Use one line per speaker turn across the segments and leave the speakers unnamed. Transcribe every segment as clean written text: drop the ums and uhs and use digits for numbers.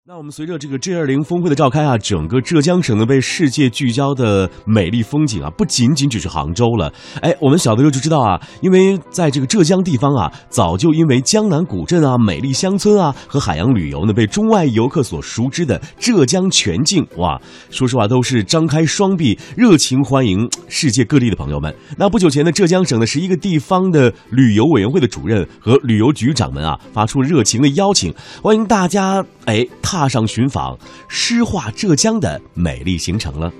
那我们随着这个 G20 峰会的召开啊，整个浙江省呢被世界聚焦的美丽风景啊，不仅仅只是杭州了。我们小的时候就知道啊，因为在这个浙江地方啊，早就因为江南古镇啊、美丽乡村啊和海洋旅游呢，被中外游客所熟知的浙江全境，哇，说实话都是张开双臂，热情欢迎世界各地的朋友们。那不久前呢，浙江省的11个地方的旅游委员会的主任和旅游局长们啊，发出热情的邀请，欢迎大家踏上寻访诗画浙江的美丽行程了。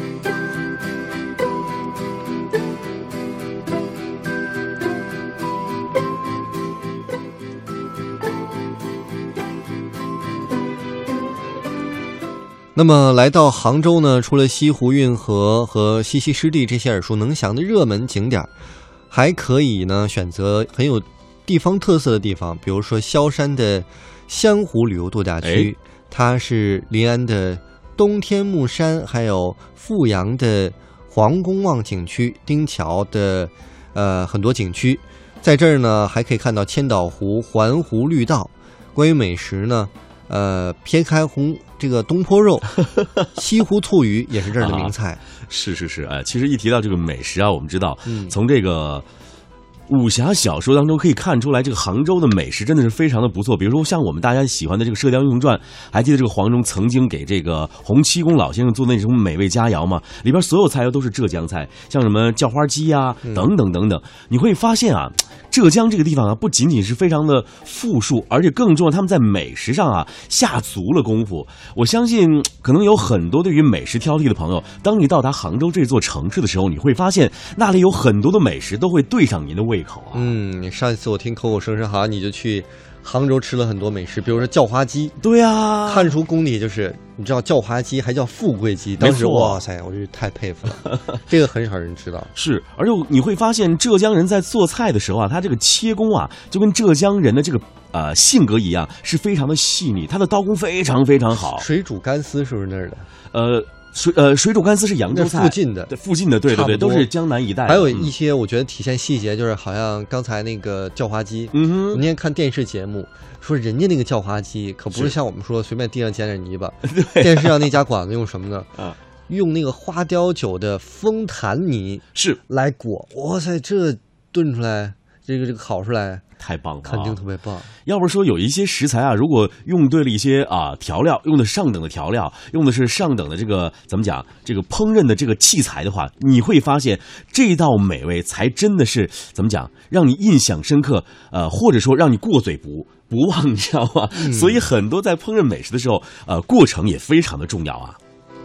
那么来到杭州呢，除了西湖运河和西溪湿地这些耳熟能详的热门景点，还可以呢选择很有地方特色的地方，比如说萧山的湘湖旅游度假区，它是临安的东天目山，还有富阳的黄公望景区、丁桥的很多景区。在这儿呢，还可以看到千岛湖、环湖绿道。关于美食呢，撇开这个东坡肉，西湖醋鱼也是这儿的名菜。
是，其实一提到这个美食啊，我们知道，从这个武侠小说当中可以看出来，这个杭州的美食真的是非常的不错。比如说像我们大家喜欢的这个《射雕英雄传》，还记得这个黄蓉曾经给这个洪七公老先生做那种美味佳肴吗？里边所有菜都是浙江菜，像什么叫花鸡啊等等等等。你会发现啊，浙江这个地方啊，不仅仅是非常的富庶，而且更重要，他们在美食上啊下足了功夫。我相信可能有很多对于美食挑剔的朋友，当你到达杭州这座城市的时候，你会发现那里有很多的美食都会对上您的胃口啊。
上一次我听口口声声好像你就去杭州吃了很多美食，比如说叫花鸡。
对啊，
看出功底就是你知道叫花鸡还叫富贵鸡，当时哇塞，我就太佩服了。这个很少人知道。是，
而且你会发现浙江人在做菜的时候啊，他这个切工啊，就跟浙江人的这个性格一样，是非常的细腻，他的刀工非常非常好。
水煮干丝是不是那儿的？
水煮干丝是扬州菜附近的，对，都是江南一带。
还有一些我觉得体现细节，就是好像刚才那个叫花鸡，我那天看电视节目说人家那个叫花鸡可不是像我们说随便地上捡点泥巴，电视上那家馆子用什么呢？用那个花雕酒的枫檀泥来裹，哇塞，这炖出来这个烤出来
太棒了，
肯定特别棒。
要不是说有一些食材啊，如果用对了一些调料，用的上等的调料，用的是上等的这个怎么讲，这个烹饪的这个器材的话，你会发现这道美味才真的是怎么讲，让你印象深刻，或者说让你过嘴不忘，你知道吗？所以很多在烹饪美食的时候，过程也非常的重要啊。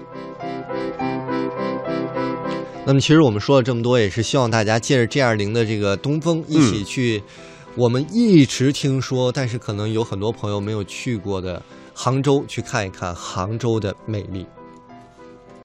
那么其实我们说了这么多，也是希望大家借着 G20 的这个东风，一起去我们一直听说但是可能有很多朋友没有去过的杭州，去看一看杭州的美丽。